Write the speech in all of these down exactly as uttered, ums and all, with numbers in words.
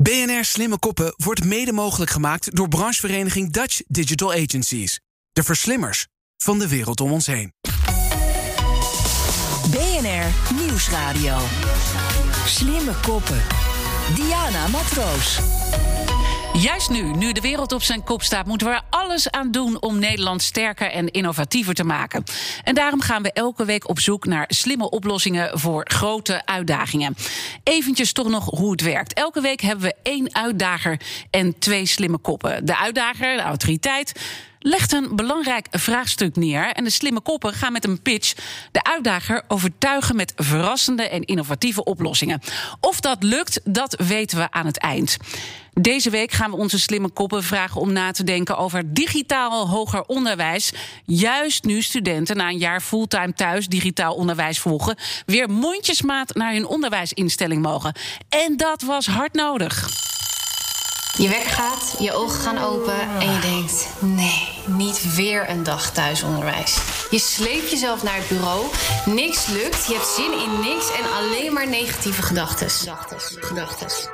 B N R Slimme Koppen wordt mede mogelijk gemaakt door branchevereniging Dutch Digital Agencies. De verslimmers van de wereld om ons heen. B N R Nieuwsradio. Slimme Koppen. Diana Matroos. Juist nu, nu de wereld op zijn kop staat, moeten we er alles aan doen om Nederland sterker en innovatiever te maken. En daarom gaan we elke week op zoek naar slimme oplossingen voor grote uitdagingen. Eventjes toch nog hoe het werkt. Elke week hebben we één uitdager en twee slimme koppen. De uitdager, de autoriteit, legt een belangrijk vraagstuk neer en de slimme koppen gaan met een pitch de uitdager overtuigen met verrassende en innovatieve oplossingen. Of dat lukt, dat weten we aan het eind. Deze week gaan we onze slimme koppen vragen om na te denken over digitaal hoger onderwijs. Juist nu studenten na een jaar fulltime thuis digitaal onderwijs volgen, weer mondjesmaat naar hun onderwijsinstelling mogen. En dat was hard nodig. Je wekker gaat, je ogen gaan open en je denkt, nee, niet weer een dag thuisonderwijs. Je sleept jezelf naar het bureau, niks lukt, je hebt zin in niks en alleen maar negatieve gedachten. Gedachtes.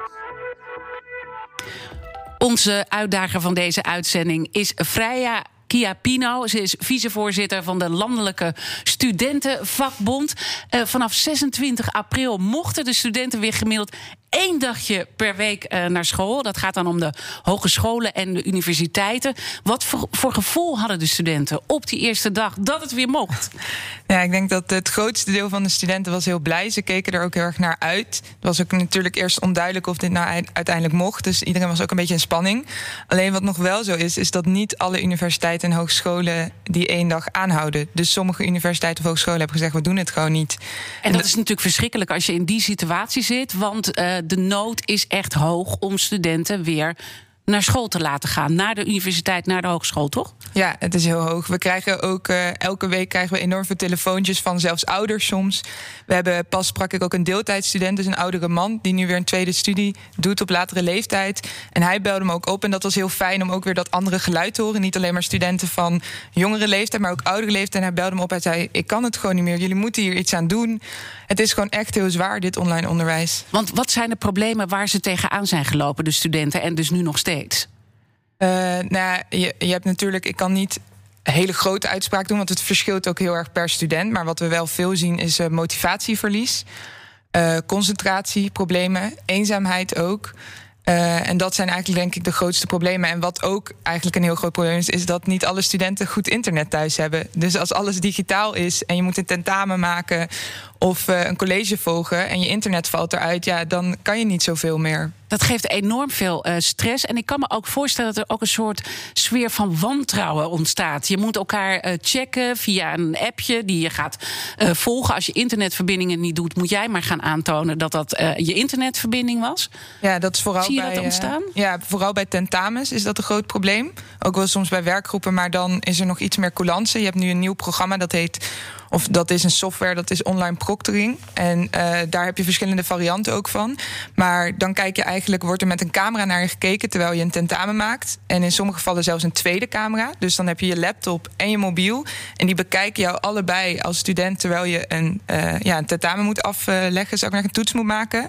Onze uitdager van deze uitzending is Freya Chiappino. Ze is vicevoorzitter van de Landelijke Studentenvakbond. Uh, vanaf zesentwintig april mochten de studenten weer gemiddeld één dagje per week uh, naar school. Dat gaat dan om de hogescholen en de universiteiten. Wat voor, voor gevoel hadden de studenten op die eerste dag dat het weer mocht? Ja, ik denk dat het grootste deel van de studenten was heel blij. Ze keken er ook heel erg naar uit. Het was ook natuurlijk eerst onduidelijk of dit nou uiteindelijk mocht. Dus iedereen was ook een beetje in spanning. Alleen wat nog wel zo is, is dat niet alle universiteiten en hogescholen die één dag aanhouden. Dus sommige universiteiten of hogescholen hebben gezegd, we doen het gewoon niet. En dat is natuurlijk verschrikkelijk als je in die situatie zit. Want uh, de nood is echt hoog om studenten weer naar school te laten gaan. Naar de universiteit, naar de hogeschool, toch? Ja, het is heel hoog. We krijgen ook uh, elke week krijgen we enorm veel telefoontjes van zelfs ouders soms. We hebben pas sprak ik ook een deeltijdstudent, dus een oudere man die nu weer een tweede studie doet op latere leeftijd. En hij belde me ook op en dat was heel fijn om ook weer dat andere geluid te horen. Niet alleen maar studenten van jongere leeftijd, maar ook oudere leeftijd. En hij belde me op en zei, ik kan het gewoon niet meer. Jullie moeten hier iets aan doen. Het is gewoon echt heel zwaar, dit online onderwijs. Want wat zijn de problemen waar ze tegenaan zijn gelopen, de studenten, en dus nu nog steeds? Uh, nou ja, je, je hebt natuurlijk, ik kan niet een hele grote uitspraak doen, want het verschilt ook heel erg per student. Maar wat we wel veel zien is uh, motivatieverlies, uh, concentratieproblemen, eenzaamheid ook. Uh, en dat zijn eigenlijk denk ik de grootste problemen. En wat ook eigenlijk een heel groot probleem is, is dat niet alle studenten goed internet thuis hebben. Dus als alles digitaal is en je moet een tentamen maken of uh, een college volgen en je internet valt eruit, ja, dan kan je niet zoveel meer. Dat geeft enorm veel uh, stress. En ik kan me ook voorstellen dat er ook een soort sfeer van wantrouwen ontstaat. Je moet elkaar uh, checken via een appje die je gaat uh, volgen. Als je internetverbindingen niet doet, moet jij maar gaan aantonen dat dat uh, je internetverbinding was. Ja, dat is vooral Zie je bij, dat ontstaan? Uh, ja, vooral bij tentamens is dat een groot probleem. Ook wel soms bij werkgroepen, maar dan is er nog iets meer coulance. Je hebt nu een nieuw programma dat heet, of dat is een software, dat is online proctoring. En uh, daar heb je verschillende varianten ook van. Maar dan kijk je eigenlijk, wordt er met een camera naar je gekeken terwijl je een tentamen maakt. En in sommige gevallen zelfs een tweede camera. Dus dan heb je je laptop en je mobiel. En die bekijken jou allebei als student terwijl je een, uh, ja, een tentamen moet afleggen, zou ik nog een toets moet maken.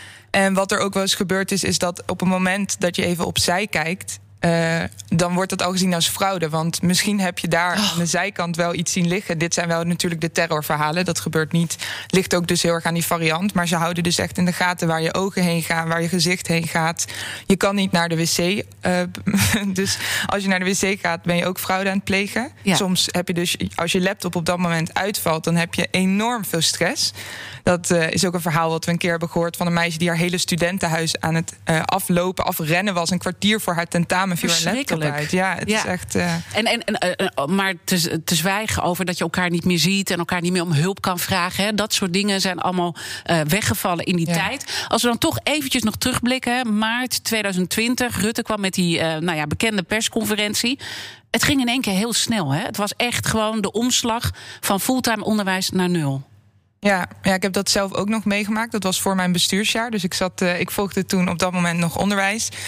En wat er ook wel eens gebeurd is, is dat op het moment dat je even opzij kijkt, Uh, dan wordt dat al gezien als fraude. Want misschien heb je daar oh. aan de zijkant wel iets zien liggen. Dit zijn wel natuurlijk de terrorverhalen. Dat gebeurt niet. Ligt ook dus heel erg aan die variant. Maar ze houden dus echt in de gaten waar je ogen heen gaan, waar je gezicht heen gaat. Je kan niet naar de wc. Uh, dus als je naar de wc gaat, ben je ook fraude aan het plegen. Ja. Soms heb je dus, als je laptop op dat moment uitvalt, dan heb je enorm veel stress. Dat uh, is ook een verhaal wat we een keer hebben gehoord van een meisje die haar hele studentenhuis aan het uh, aflopen, afrennen was. Een kwartier voor haar tentamen viel haar laptop uit. Ja, het ja. is echt. Uh... En, en, en, uh, maar te, te zwijgen over dat je elkaar niet meer ziet en elkaar niet meer om hulp kan vragen. Hè, dat soort dingen zijn allemaal uh, weggevallen in die ja. tijd. Als we dan toch eventjes nog terugblikken, maart tweeduizend twintig, Rutte kwam met die uh, nou ja, bekende persconferentie. Het ging in één keer heel snel. Hè? Het was echt gewoon de omslag van fulltime onderwijs naar nul. Ja, ja, ik heb dat zelf ook nog meegemaakt. Dat was voor mijn bestuursjaar. Dus ik, zat, uh, ik volgde toen op dat moment nog onderwijs.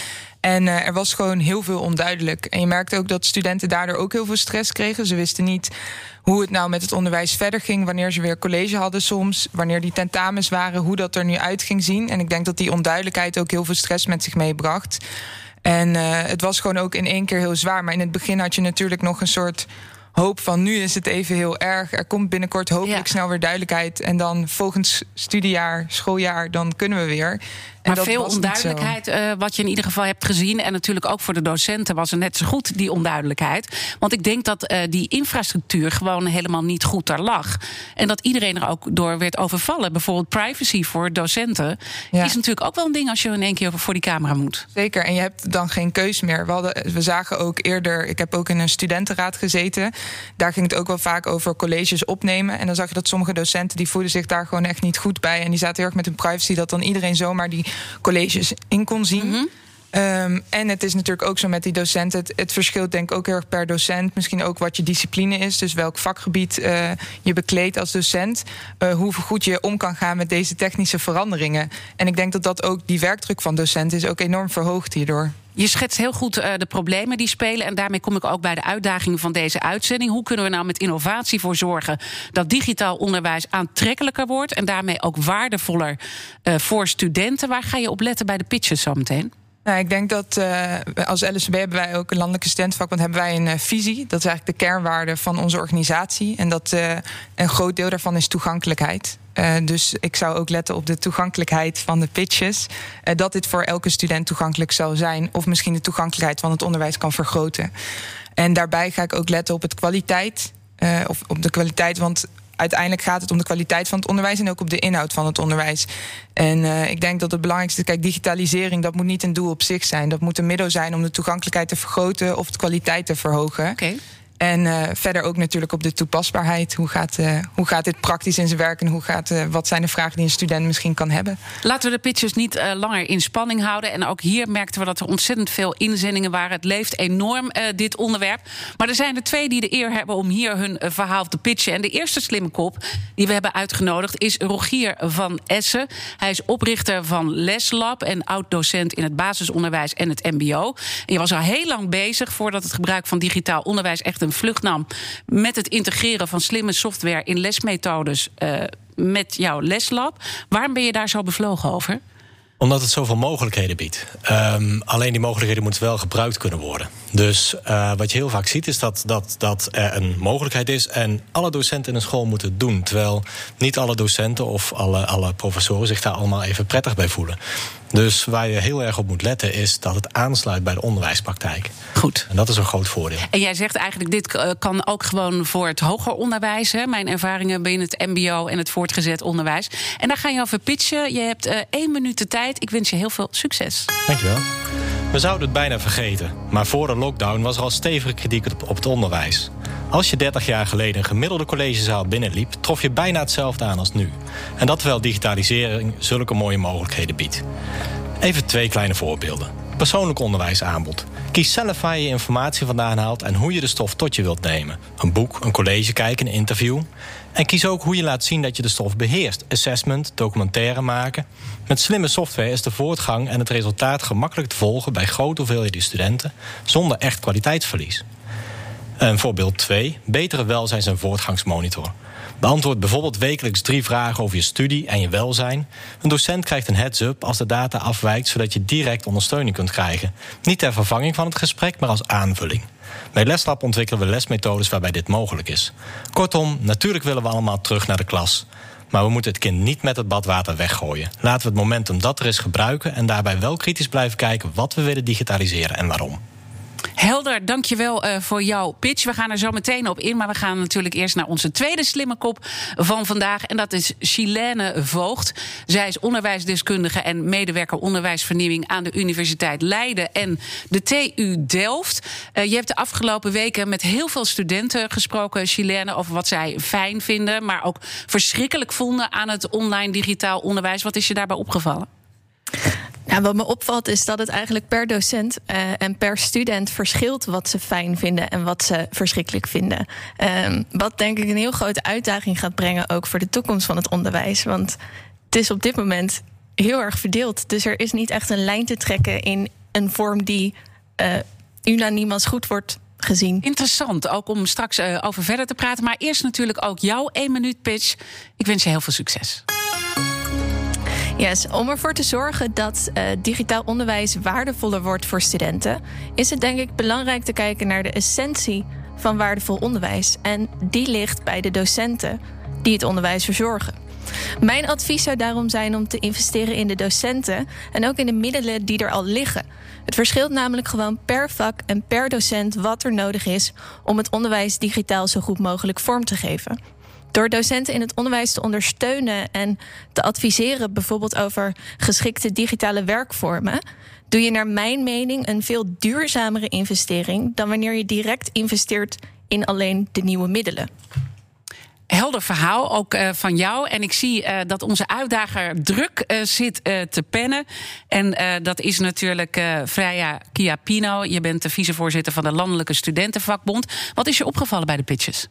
En uh, er was gewoon heel veel onduidelijk. En je merkte ook dat studenten daardoor ook heel veel stress kregen. Ze wisten niet hoe het nou met het onderwijs verder ging, wanneer ze weer college hadden soms, wanneer die tentamens waren, hoe dat er nu uit ging zien. En ik denk dat die onduidelijkheid ook heel veel stress met zich meebracht. En uh, het was gewoon ook in één keer heel zwaar. Maar in het begin had je natuurlijk nog een soort hoop van nu is het even heel erg. Er komt binnenkort hopelijk ja. snel weer duidelijkheid. En dan volgend studiejaar, schooljaar, dan kunnen we weer. En maar veel onduidelijkheid, uh, wat je in ieder geval hebt gezien. En natuurlijk ook voor de docenten was er net zo goed die onduidelijkheid. Want ik denk dat uh, die infrastructuur gewoon helemaal niet goed daar lag. En dat iedereen er ook door werd overvallen. Bijvoorbeeld privacy voor docenten ja. is natuurlijk ook wel een ding als je in één keer voor die camera moet. Zeker, en je hebt dan geen keus meer. We, hadden, we zagen ook eerder, ik heb ook in een studentenraad gezeten. Daar ging het ook wel vaak over colleges opnemen. En dan zag je dat sommige docenten die voelden zich daar gewoon echt niet goed bij. En die zaten heel erg met hun privacy, dat dan iedereen zomaar die colleges in kon zien. Mm-hmm. Um, en het is natuurlijk ook zo met die docenten. Het, het verschilt denk ik ook heel erg per docent. Misschien ook wat je discipline is. Dus welk vakgebied uh, je bekleedt als docent. Uh, hoe goed je om kan gaan met deze technische veranderingen. En ik denk dat dat ook die werkdruk van docenten is ook enorm verhoogd hierdoor. Je schetst heel goed uh, de problemen die spelen. En daarmee kom ik ook bij de uitdagingen van deze uitzending. Hoe kunnen we nou met innovatie voor zorgen dat digitaal onderwijs aantrekkelijker wordt en daarmee ook waardevoller uh, voor studenten? Waar ga je op letten bij de pitches zometeen? Nou, ik denk dat uh, als L S V B hebben wij ook een landelijke studentenvakbond, hebben wij een uh, visie. Dat is eigenlijk de kernwaarde van onze organisatie. En dat uh, een groot deel daarvan is toegankelijkheid. Uh, dus ik zou ook letten op de toegankelijkheid van de pitches. Uh, dat dit voor elke student toegankelijk zal zijn. Of misschien de toegankelijkheid van het onderwijs kan vergroten. En daarbij ga ik ook letten op het kwaliteit. Uh, of op de kwaliteit, want uiteindelijk gaat het om de kwaliteit van het onderwijs en ook op de inhoud van het onderwijs. En uh, ik denk dat het belangrijkste is, kijk, digitalisering, dat moet niet een doel op zich zijn. Dat moet een middel zijn om de toegankelijkheid te vergroten of de kwaliteit te verhogen. Okay. En uh, verder ook natuurlijk op de toepasbaarheid. Hoe gaat, uh, hoe gaat dit praktisch in zijn werk en hoe gaat, uh, wat zijn de vragen die een student misschien kan hebben? Laten we de pitches niet uh, langer in spanning houden. En ook hier merkten we dat er ontzettend veel inzendingen waren. Het leeft enorm, uh, dit onderwerp. Maar er zijn er twee die de eer hebben om hier hun uh, verhaal te pitchen. En de eerste slimme kop die we hebben uitgenodigd is Rogier van Essen. Hij is oprichter van Leslab en oud-docent in het basisonderwijs en het mbo. En je was al heel lang bezig voordat het gebruik van digitaal onderwijs echt een vlucht nam met het integreren van slimme software in lesmethodes uh, met jouw Leslab. Waarom ben je daar zo bevlogen over? Omdat het zoveel mogelijkheden biedt. Um, alleen die mogelijkheden moeten wel gebruikt kunnen worden. Dus uh, wat je heel vaak ziet is dat, dat, dat er een mogelijkheid is en alle docenten in een school moeten het doen. Terwijl niet alle docenten of alle, alle professoren zich daar allemaal even prettig bij voelen. Dus waar je heel erg op moet letten is dat het aansluit bij de onderwijspraktijk. Goed. En dat is een groot voordeel. En jij zegt eigenlijk, dit kan ook gewoon voor het hoger onderwijs. Hè? Mijn ervaringen binnen het mbo en het voortgezet onderwijs. En daar ga je over pitchen. Je hebt uh, één minuut de tijd. Ik wens je heel veel succes. Dankjewel. We zouden het bijna vergeten. Maar voor de lockdown was er al stevige kritiek op, op het onderwijs. Als je dertig jaar geleden een gemiddelde collegezaal binnenliep, trof je bijna hetzelfde aan als nu. En dat terwijl digitalisering zulke mooie mogelijkheden biedt. Even twee kleine voorbeelden. Persoonlijk onderwijsaanbod. Kies zelf waar je je informatie vandaan haalt en hoe je de stof tot je wilt nemen. Een boek, een college kijken, een interview. En kies ook hoe je laat zien dat je de stof beheerst. Assessment, documentaire maken. Met slimme software is de voortgang en het resultaat gemakkelijk te volgen bij grote hoeveelheden studenten zonder echt kwaliteitsverlies. En voorbeeld twee, betere welzijns- en voortgangsmonitor. Beantwoord bijvoorbeeld wekelijks drie vragen over je studie en je welzijn. Een docent krijgt een heads-up als de data afwijkt, zodat je direct ondersteuning kunt krijgen. Niet ter vervanging van het gesprek, maar als aanvulling. Bij Leslab ontwikkelen we lesmethodes waarbij dit mogelijk is. Kortom, natuurlijk willen we allemaal terug naar de klas. Maar we moeten het kind niet met het badwater weggooien. Laten we het momentum dat er is gebruiken en daarbij wel kritisch blijven kijken wat we willen digitaliseren en waarom. Helder, dankjewel uh, voor jouw pitch. We gaan er zo meteen op in, maar we gaan natuurlijk eerst naar onze tweede slimme kop van vandaag. En dat is Chilène Voogd. Zij is onderwijsdeskundige en medewerker onderwijsvernieuwing aan de Universiteit Leiden en de T U Delft. Uh, je hebt de afgelopen weken met heel veel studenten gesproken, Chilène, over wat zij fijn vinden, maar ook verschrikkelijk vonden aan het online digitaal onderwijs. Wat is je daarbij opgevallen? Nou, wat me opvalt is dat het eigenlijk per docent uh, en per student verschilt wat ze fijn vinden en wat ze verschrikkelijk vinden. Um, wat denk ik een heel grote uitdaging gaat brengen ook voor de toekomst van het onderwijs. Want het is op dit moment heel erg verdeeld. Dus er is niet echt een lijn te trekken in een vorm die uh, unaniem als goed wordt gezien. Interessant, ook om straks uh, over verder te praten. Maar eerst natuurlijk ook jouw één minuut pitch. Ik wens je heel veel succes. Yes, om ervoor te zorgen dat uh, digitaal onderwijs waardevoller wordt voor studenten, is het denk ik belangrijk te kijken naar de essentie van waardevol onderwijs. En die ligt bij de docenten die het onderwijs verzorgen. Mijn advies zou daarom zijn om te investeren in de docenten en ook in de middelen die er al liggen. Het verschilt namelijk gewoon per vak en per docent wat er nodig is om het onderwijs digitaal zo goed mogelijk vorm te geven. Door docenten in het onderwijs te ondersteunen en te adviseren, bijvoorbeeld over geschikte digitale werkvormen, doe je naar mijn mening een veel duurzamere investering dan wanneer je direct investeert in alleen de nieuwe middelen. Helder verhaal, ook uh, van jou. En ik zie uh, dat onze uitdager druk uh, zit uh, te pennen. En uh, dat is natuurlijk uh, Freya Chiappino. Je bent de vicevoorzitter van de Landelijke Studentenvakbond. Wat is je opgevallen bij de pitches?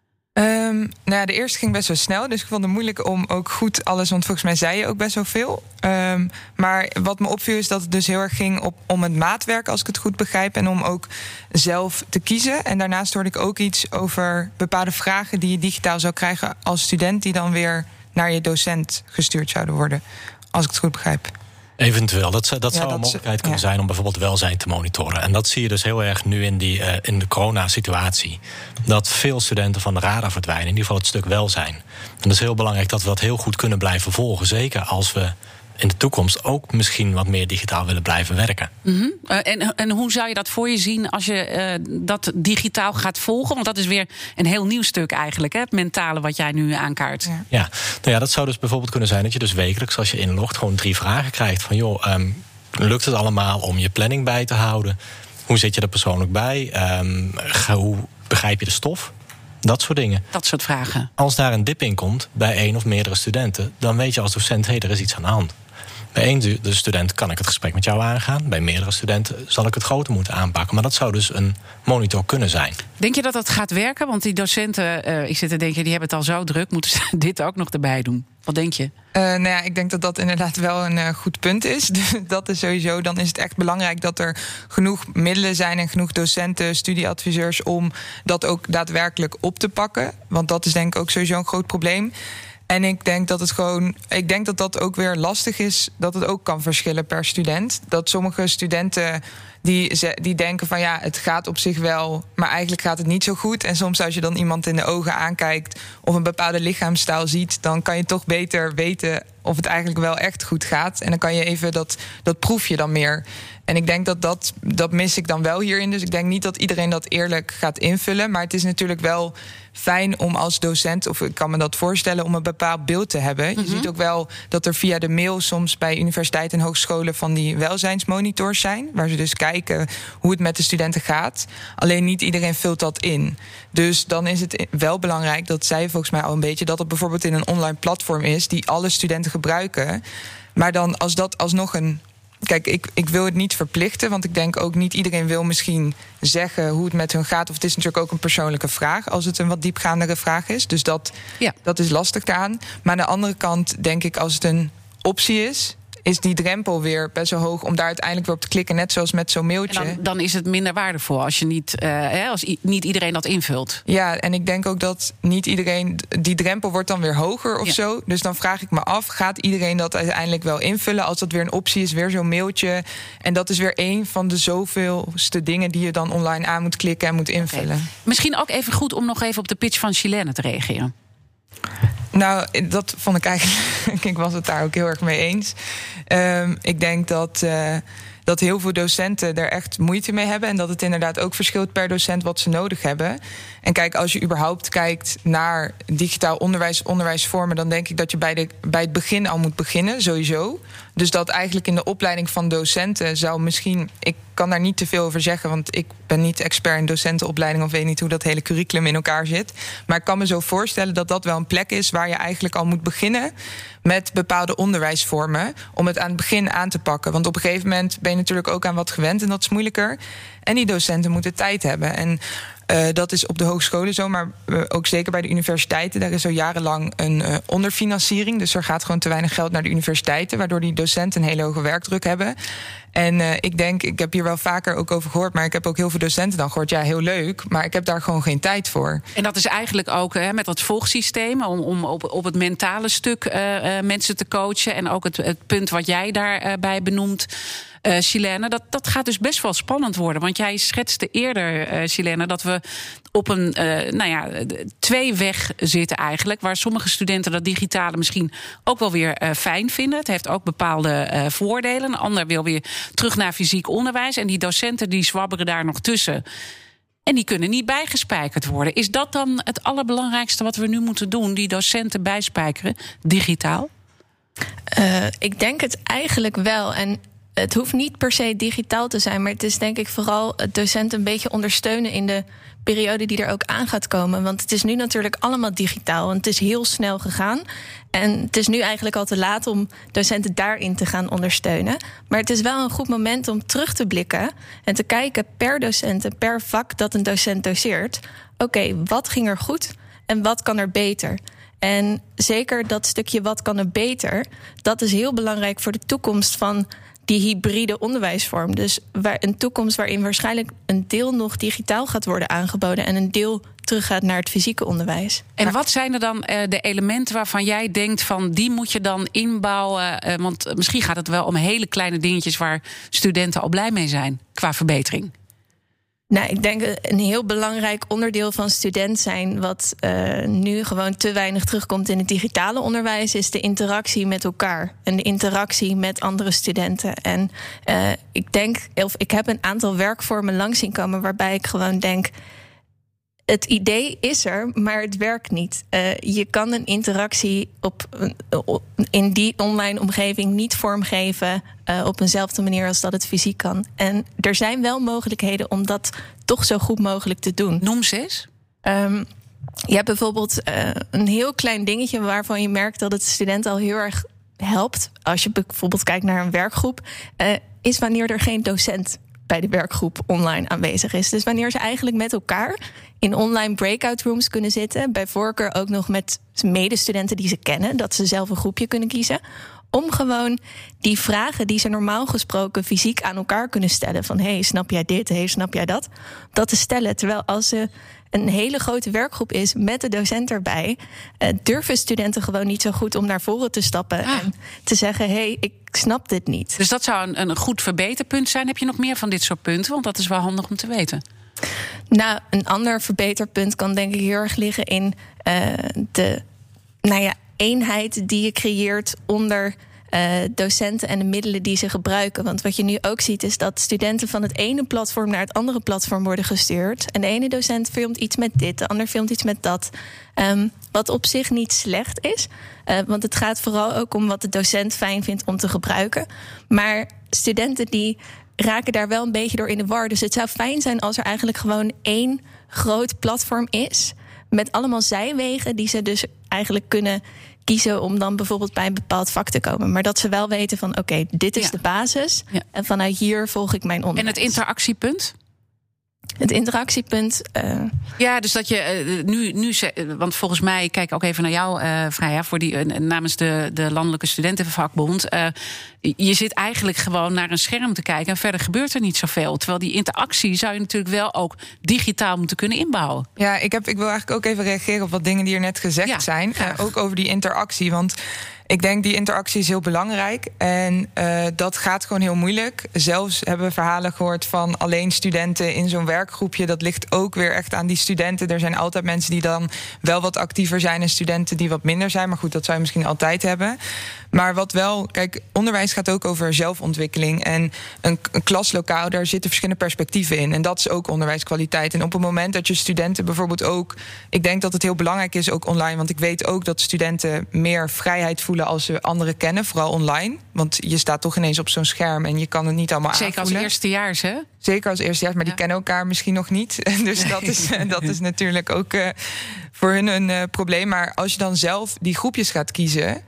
Um, nou ja, de eerste ging best wel snel, dus ik vond het moeilijk om ook goed alles, want volgens mij zei je ook best wel veel. Um, maar wat me opviel is dat het dus heel erg ging op, om het maatwerk, als ik het goed begrijp, en om ook zelf te kiezen. En daarnaast hoorde ik ook iets over bepaalde vragen die je digitaal zou krijgen als student, die dan weer naar je docent gestuurd zouden worden, als ik het goed begrijp. Eventueel. Dat, dat zou ja, dat een mogelijkheid kunnen ja. zijn om bijvoorbeeld welzijn te monitoren. En dat zie je dus heel erg nu in, die, uh, in de corona-situatie. Dat veel studenten van de radar verdwijnen, in ieder geval het stuk welzijn. En dat is heel belangrijk dat we dat heel goed kunnen blijven volgen. Zeker als we in de toekomst ook misschien wat meer digitaal willen blijven werken. Mm-hmm. Uh, en, en hoe zou je dat voor je zien als je uh, dat digitaal gaat volgen? Want dat is weer een heel nieuw stuk eigenlijk, hè? Het mentale wat jij nu aankaart. Ja. Ja, nou ja, dat zou dus bijvoorbeeld kunnen zijn dat je dus wekelijks, als je inlogt, gewoon drie vragen krijgt. Van joh, um, lukt het allemaal om je planning bij te houden? Hoe zit je er persoonlijk bij? Um, hoe begrijp je de stof? Dat soort dingen. Dat soort vragen. Als daar een dip in komt bij één of meerdere studenten, dan weet je als docent, hé, hey, er is iets aan de hand. Bij één de student kan ik het gesprek met jou aangaan. Bij meerdere studenten zal ik het groter moeten aanpakken. Maar dat zou dus een monitor kunnen zijn. Denk je dat dat gaat werken? Want die docenten, uh, ik zit te denken, die hebben het al zo druk. Moeten ze dit ook nog erbij doen? Wat denk je? Uh, nou ja, ik denk dat dat inderdaad wel een uh, goed punt is. Dat is sowieso, dan is het echt belangrijk dat er genoeg middelen zijn en genoeg docenten, studieadviseurs om dat ook daadwerkelijk op te pakken. Want dat is denk ik ook sowieso een groot probleem. En ik denk dat het gewoon, ik denk dat dat ook weer lastig is, dat het ook kan verschillen per student. Dat sommige studenten die, die denken van ja, het gaat op zich wel, maar eigenlijk gaat het niet zo goed. En soms als je dan iemand in de ogen aankijkt of een bepaalde lichaamstaal ziet, dan kan je toch beter weten of het eigenlijk wel echt goed gaat. En dan kan je even, dat, dat proef je dan meer. En ik denk dat, dat dat mis ik dan wel hierin. Dus ik denk niet dat iedereen dat eerlijk gaat invullen. Maar het is natuurlijk wel fijn om als docent, of ik kan me dat voorstellen, om een bepaald beeld te hebben. Mm-hmm. Je ziet ook wel dat er via de mail soms bij universiteiten en hogescholen van die welzijnsmonitors zijn, waar ze dus kijken hoe het met de studenten gaat. Alleen niet iedereen vult dat in. Dus dan is het wel belangrijk, dat zei volgens mij al een beetje, dat het bijvoorbeeld in een online platform is die alle studenten gebruiken. Maar dan als dat alsnog een Kijk, ik, ik wil het niet verplichten, want ik denk ook niet iedereen wil misschien zeggen hoe het met hun gaat. Of het is natuurlijk ook een persoonlijke vraag als het een wat diepgaandere vraag is. Dus dat, ja. dat is lastig aan. Maar aan de andere kant denk ik, als het een optie is, is die drempel weer best wel hoog om daar uiteindelijk weer op te klikken. Net zoals met zo'n mailtje. En dan, dan is het minder waardevol als je niet, uh, hè, als i- niet iedereen dat invult. Ja, en ik denk ook dat niet iedereen, die drempel wordt dan weer hoger of ja. zo. Dus dan vraag ik me af, gaat iedereen dat uiteindelijk wel invullen? Als dat weer een optie is, weer zo'n mailtje. En dat is weer één van de zoveelste dingen die je dan online aan moet klikken en moet invullen. Okay. Misschien ook even goed om nog even op de pitch van Chilène te reageren. Nou, dat vond ik eigenlijk, ik was het daar ook heel erg mee eens. Um, ik denk dat, uh, dat heel veel docenten er echt moeite mee hebben. En dat het inderdaad ook verschilt per docent wat ze nodig hebben. En kijk, als je überhaupt kijkt naar digitaal onderwijs, onderwijsvormen, dan denk ik dat je bij, de, bij het begin al moet beginnen, sowieso. Dus dat eigenlijk in de opleiding van docenten zou misschien, ik kan daar niet te veel over zeggen, want ik ben niet expert in docentenopleiding of weet niet hoe dat hele curriculum in elkaar zit. Maar ik kan me zo voorstellen dat dat wel een plek is waar je eigenlijk al moet beginnen met bepaalde onderwijsvormen om het aan het begin aan te pakken. Want op een gegeven moment ben je natuurlijk ook aan wat gewend en dat is moeilijker. En die docenten moeten tijd hebben. En Uh, dat is op de hogescholen zo, maar uh, ook zeker bij de universiteiten. Daar is al jarenlang een uh, onderfinanciering. Dus er gaat gewoon te weinig geld naar de universiteiten, waardoor die docenten een hele hoge werkdruk hebben. En uh, ik denk, ik heb hier wel vaker ook over gehoord, maar ik heb ook heel veel docenten dan gehoord, ja, heel leuk, maar ik heb daar gewoon geen tijd voor. En dat is eigenlijk ook hè, met dat volgsysteem, om, om op, op het mentale stuk uh, uh, mensen te coachen. En ook het, het punt wat jij daarbij uh, benoemt, uh, Chilène, dat, dat gaat dus best wel spannend worden. Want jij schetste eerder, uh, Chilène, dat we op een uh, nou ja, twee weg zitten eigenlijk, waar sommige studenten dat digitale misschien ook wel weer uh, fijn vinden. Het heeft ook bepaalde uh, voordelen. Een ander wil weer terug naar fysiek onderwijs. En die docenten die zwabberen daar nog tussen. En die kunnen niet bijgespijkerd worden. Is dat dan het allerbelangrijkste wat we nu moeten doen? Die docenten bijspijkeren, digitaal? Uh, ik denk het eigenlijk wel. En het hoeft niet per se digitaal te zijn, maar het is denk ik vooral het docenten een beetje ondersteunen in de periode die er ook aan gaat komen. Want het is nu natuurlijk allemaal digitaal en het is heel snel gegaan. En het is nu eigenlijk al te laat om docenten daarin te gaan ondersteunen. Maar het is wel een goed moment om terug te blikken en te kijken per docent en per vak dat een docent doseert. Oké, okay, wat ging er goed en wat kan er beter? En zeker dat stukje wat kan er beter, dat is heel belangrijk voor de toekomst van die hybride onderwijsvorm. Dus waar een toekomst waarin waarschijnlijk een deel nog digitaal gaat worden aangeboden en een deel teruggaat naar het fysieke onderwijs. En wat zijn er dan uh, de elementen waarvan jij denkt van die moet je dan inbouwen? Uh, want misschien gaat het wel om hele kleine dingetjes waar studenten al blij mee zijn qua verbetering. Nou, ik denk een heel belangrijk onderdeel van student zijn, wat uh, nu gewoon te weinig terugkomt in het digitale onderwijs, is de interactie met elkaar en de interactie met andere studenten. En uh, ik denk, of ik heb een aantal werkvormen langs zien komen waarbij ik gewoon denk, het idee is er, maar het werkt niet. Uh, je kan een interactie op, op, in die online omgeving niet vormgeven uh, op eenzelfde manier als dat het fysiek kan. En er zijn wel mogelijkheden om dat toch zo goed mogelijk te doen. Noem ze eens. Um, je hebt bijvoorbeeld uh, een heel klein dingetje waarvan je merkt dat het student al heel erg helpt. Als je bijvoorbeeld kijkt naar een werkgroep, uh, is wanneer er geen docent bij de werkgroep online aanwezig is. Dus wanneer ze eigenlijk met elkaar in online breakout rooms kunnen zitten, bij voorkeur ook nog met medestudenten die ze kennen, dat ze zelf een groepje kunnen kiezen, om gewoon die vragen die ze normaal gesproken fysiek aan elkaar kunnen stellen, van hey, snap jij dit, hey, snap jij dat, dat te stellen. Terwijl als ze een hele grote werkgroep is met de docent erbij, uh, durven studenten gewoon niet zo goed om naar voren te stappen ah. en te zeggen, hey, ik snap dit niet. Dus dat zou een, een goed verbeterpunt zijn. Heb je nog meer van dit soort punten? Want dat is wel handig om te weten. Nou, een ander verbeterpunt kan denk ik heel erg liggen in uh, de nou ja, eenheid die je creëert onder Uh, docenten en de middelen die ze gebruiken. Want wat je nu ook ziet is dat studenten van het ene platform naar het andere platform worden gestuurd. En de ene docent filmt iets met dit, de ander filmt iets met dat. Um, wat op zich niet slecht is. Uh, want het gaat vooral ook om wat de docent fijn vindt om te gebruiken. Maar studenten die raken daar wel een beetje door in de war. Dus het zou fijn zijn als er eigenlijk gewoon één groot platform is met allemaal zijwegen die ze dus eigenlijk kunnen kiezen om dan bijvoorbeeld bij een bepaald vak te komen. Maar dat ze wel weten van oké, okay, dit is ja. de basis. Ja. En vanuit hier volg ik mijn onderwijs. En het interactiepunt? Het interactiepunt. Uh... Ja, dus dat je uh, nu, nu. Want volgens mij, kijk ook even naar jou, uh, Freya, voor die, uh, namens de, de Landelijke Studentenvakbond. Uh, je zit eigenlijk gewoon naar een scherm te kijken en verder gebeurt er niet zoveel. Terwijl die interactie zou je natuurlijk wel ook digitaal moeten kunnen inbouwen. Ja, ik, heb, ik wil eigenlijk ook even reageren op wat dingen die er net gezegd ja, zijn. Uh, ook over die interactie. Want ik denk die interactie is heel belangrijk. En uh, dat gaat gewoon heel moeilijk. Zelfs hebben we verhalen gehoord van alleen studenten in zo'n werkgroepje. Dat ligt ook weer echt aan die studenten. Er zijn altijd mensen die dan wel wat actiever zijn en studenten die wat minder zijn. Maar goed, dat zou je misschien altijd hebben. Maar wat wel, kijk, onderwijs gaat ook over zelfontwikkeling. En een, een klaslokaal, daar zitten verschillende perspectieven in. En dat is ook onderwijskwaliteit. En op het moment dat je studenten bijvoorbeeld ook, ik denk dat het heel belangrijk is, ook online. Want ik weet ook dat studenten meer vrijheid voelen als ze anderen kennen, vooral online. Want je staat toch ineens op zo'n scherm en je kan het niet allemaal Zeker aanvoelen. Zeker als eerstejaars, hè? Zeker als eerstejaars, maar ja. die kennen elkaar misschien nog niet. Dus nee. dat, is, dat is natuurlijk ook uh, voor hun een uh, probleem. Maar als je dan zelf die groepjes gaat kiezen,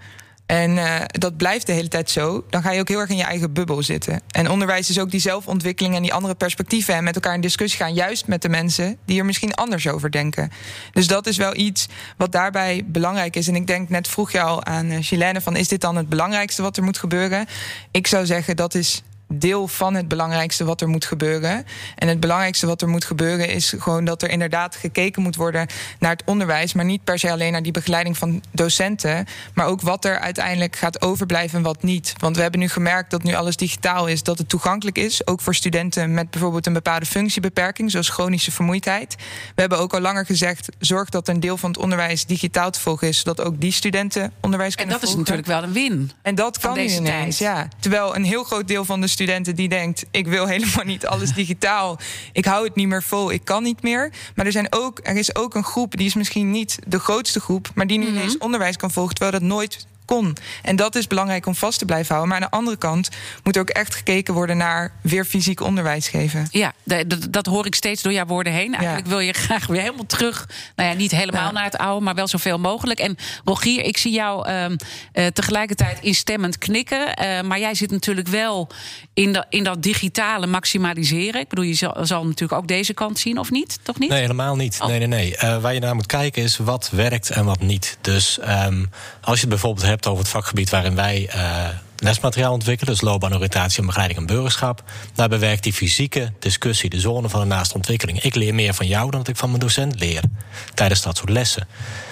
en uh, dat blijft de hele tijd zo, dan ga je ook heel erg in je eigen bubbel zitten. En onderwijs is ook die zelfontwikkeling en die andere perspectieven en met elkaar in discussie gaan, juist met de mensen die er misschien anders over denken. Dus dat is wel iets wat daarbij belangrijk is. En ik denk, net vroeg je al aan uh, Chilène van, is dit dan het belangrijkste wat er moet gebeuren? Ik zou zeggen, dat is deel van het belangrijkste wat er moet gebeuren. En het belangrijkste wat er moet gebeuren is gewoon dat er inderdaad gekeken moet worden naar het onderwijs, maar niet per se alleen naar die begeleiding van docenten, maar ook wat er uiteindelijk gaat overblijven en wat niet. Want we hebben nu gemerkt dat nu alles digitaal is, dat het toegankelijk is, ook voor studenten met bijvoorbeeld een bepaalde functiebeperking, zoals chronische vermoeidheid. We hebben ook al langer gezegd, zorg dat een deel van het onderwijs digitaal te volgen is, zodat ook die studenten onderwijs kunnen volgen. En dat is natuurlijk wel een win. En dat kan nu ineens, ja. Terwijl een heel groot deel van de studenten die denkt, ik wil helemaal niet alles digitaal. Ik hou het niet meer vol, ik kan niet meer. Maar er, zijn ook, er is ook een groep, die is misschien niet de grootste groep, maar die nu mm-hmm. ineens onderwijs kan volgen, terwijl dat nooit kon. En dat is belangrijk om vast te blijven houden. Maar aan de andere kant moet ook echt gekeken worden naar weer fysiek onderwijs geven. Ja, de, de, dat hoor ik steeds door jouw woorden heen. Eigenlijk ja. wil je graag weer helemaal terug. Nou ja, niet helemaal ja. naar het oude, maar wel zoveel mogelijk. En Rogier, ik zie jou uh, uh, tegelijkertijd instemmend knikken. Uh, maar jij zit natuurlijk wel in, de, in dat digitale maximaliseren. Ik bedoel, je zal, zal natuurlijk ook deze kant zien, of niet? Toch niet? Nee, helemaal niet. Oh. Nee, nee, nee. Uh, waar je naar moet kijken is wat werkt en wat niet. Dus um, als je het bijvoorbeeld hebt over het vakgebied waarin wij uh, lesmateriaal ontwikkelen, dus loopbaanoriëntatie en begeleiding en burgerschap, daar bewerkt die fysieke discussie, de zone van de naaste ontwikkeling. Ik leer meer van jou dan dat ik van mijn docent leer tijdens dat soort lessen.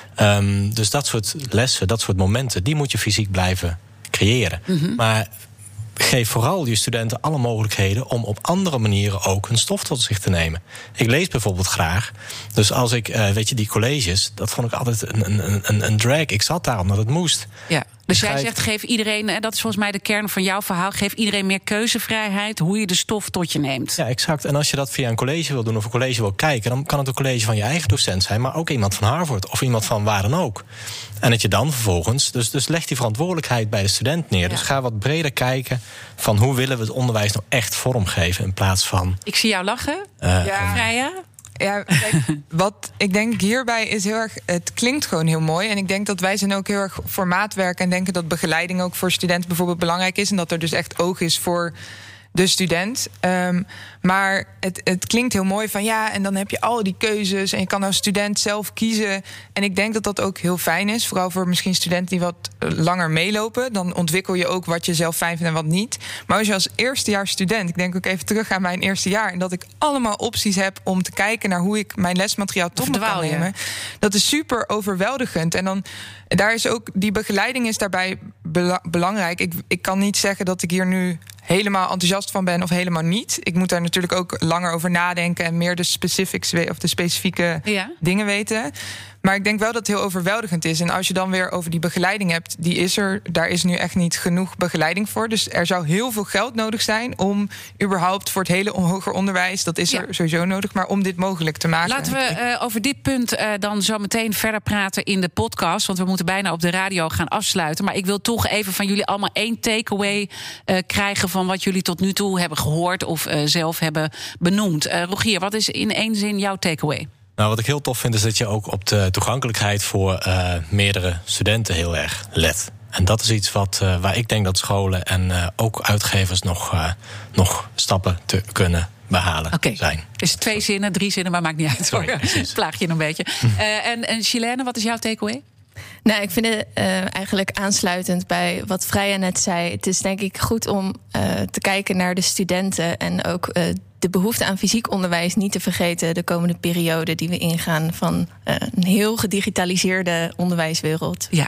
Um, dus dat soort lessen, dat soort momenten, die moet je fysiek blijven creëren. Mm-hmm. Maar geef vooral je studenten alle mogelijkheden om op andere manieren ook hun stof tot zich te nemen. Ik lees bijvoorbeeld graag. Dus als ik, uh, weet je, die colleges, dat vond ik altijd een, een, een, een drag. Ik zat daar omdat het moest. Ja. Dus jij zegt, geef iedereen, en dat is volgens mij de kern van jouw verhaal, geef iedereen meer keuzevrijheid, hoe je de stof tot je neemt. Ja, exact. En als je dat via een college wil doen of een college wil kijken, dan kan het een college van je eigen docent zijn, maar ook iemand van Harvard of iemand van waar dan ook. En dat je dan vervolgens, dus, dus leg die verantwoordelijkheid bij de student neer. Ja. Dus ga wat breder kijken van hoe willen we het onderwijs nou echt vormgeven in plaats van... Ik zie jou lachen. Uh, ja. Freya? Ja, kijk, wat ik denk hierbij is heel erg, het klinkt gewoon heel mooi. En ik denk dat wij zijn ook heel erg voor maatwerk en denken dat begeleiding ook voor studenten bijvoorbeeld belangrijk is. En dat er dus echt oog is voor de student. Um, maar het, het klinkt heel mooi van ja, en dan heb je al die keuzes en je kan als student zelf kiezen. En ik denk dat dat ook heel fijn is. Vooral voor misschien studenten die wat langer meelopen. Dan ontwikkel je ook wat je zelf fijn vindt en wat niet. Maar als je als eerstejaars student, ik denk ook even terug aan mijn eerste jaar, en dat ik allemaal opties heb om te kijken naar hoe ik mijn lesmateriaal tot me kan nemen. Dat is super overweldigend. En dan daar is ook die begeleiding is daarbij bela- belangrijk. Ik, ik kan niet zeggen dat ik hier nu helemaal enthousiast van ben of helemaal niet. Ik moet daar natuurlijk ook langer over nadenken en meer de specifics of de specifieke ja. dingen weten. Maar ik denk wel dat het heel overweldigend is. En als je dan weer over die begeleiding hebt, die is er. Daar is nu echt niet genoeg begeleiding voor. Dus er zou heel veel geld nodig zijn om überhaupt voor het hele hoger onderwijs, dat is ja. er sowieso nodig, maar om dit mogelijk te maken. Laten we uh, over dit punt uh, dan zo meteen verder praten in de podcast. Want we moeten bijna op de radio gaan afsluiten. Maar ik wil toch even van jullie allemaal één takeaway uh, krijgen van wat jullie tot nu toe hebben gehoord of uh, zelf hebben benoemd. Uh, Rogier, wat is in één zin jouw takeaway? Nou, wat ik heel tof vind is dat je ook op de toegankelijkheid voor uh, meerdere studenten heel erg let. En dat is iets wat, uh, waar ik denk dat scholen en uh, ook uitgevers nog, uh, nog stappen te kunnen behalen okay. zijn. Is het twee zinnen, drie zinnen, maar maakt niet uit. Sorry, plaag je een beetje. uh, en, en Chilène, wat is jouw takeaway? Nou, ik vind het uh, eigenlijk aansluitend bij wat Freya net zei. Het is denk ik goed om uh, te kijken naar de studenten en ook uh, de behoefte aan fysiek onderwijs niet te vergeten de komende periode die we ingaan van uh, een heel gedigitaliseerde onderwijswereld. Ja.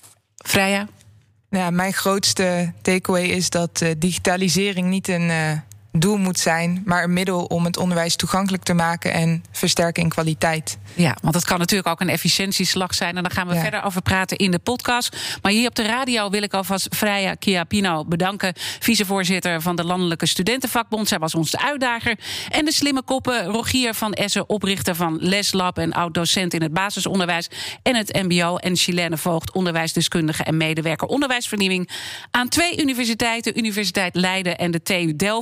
Freya? Ja, mijn grootste takeaway is dat uh, digitalisering niet een uh, doel moet zijn, maar een middel om het onderwijs toegankelijk te maken en versterken in kwaliteit. Ja, want het kan natuurlijk ook een efficiëntieslag zijn. En daar gaan we ja. verder over praten in de podcast. Maar hier op de radio wil ik alvast Freya Chiappino bedanken. Vicevoorzitter van de Landelijke Studentenvakbond. Zij was onze uitdager. En de slimme koppen Rogier van Essen, oprichter van Leslab en oud-docent in het basisonderwijs en het mbo. En Chilène Voogd, onderwijsdeskundige en medewerker onderwijsvernieuwing aan twee universiteiten. Universiteit Leiden en de T U Delft. Dit was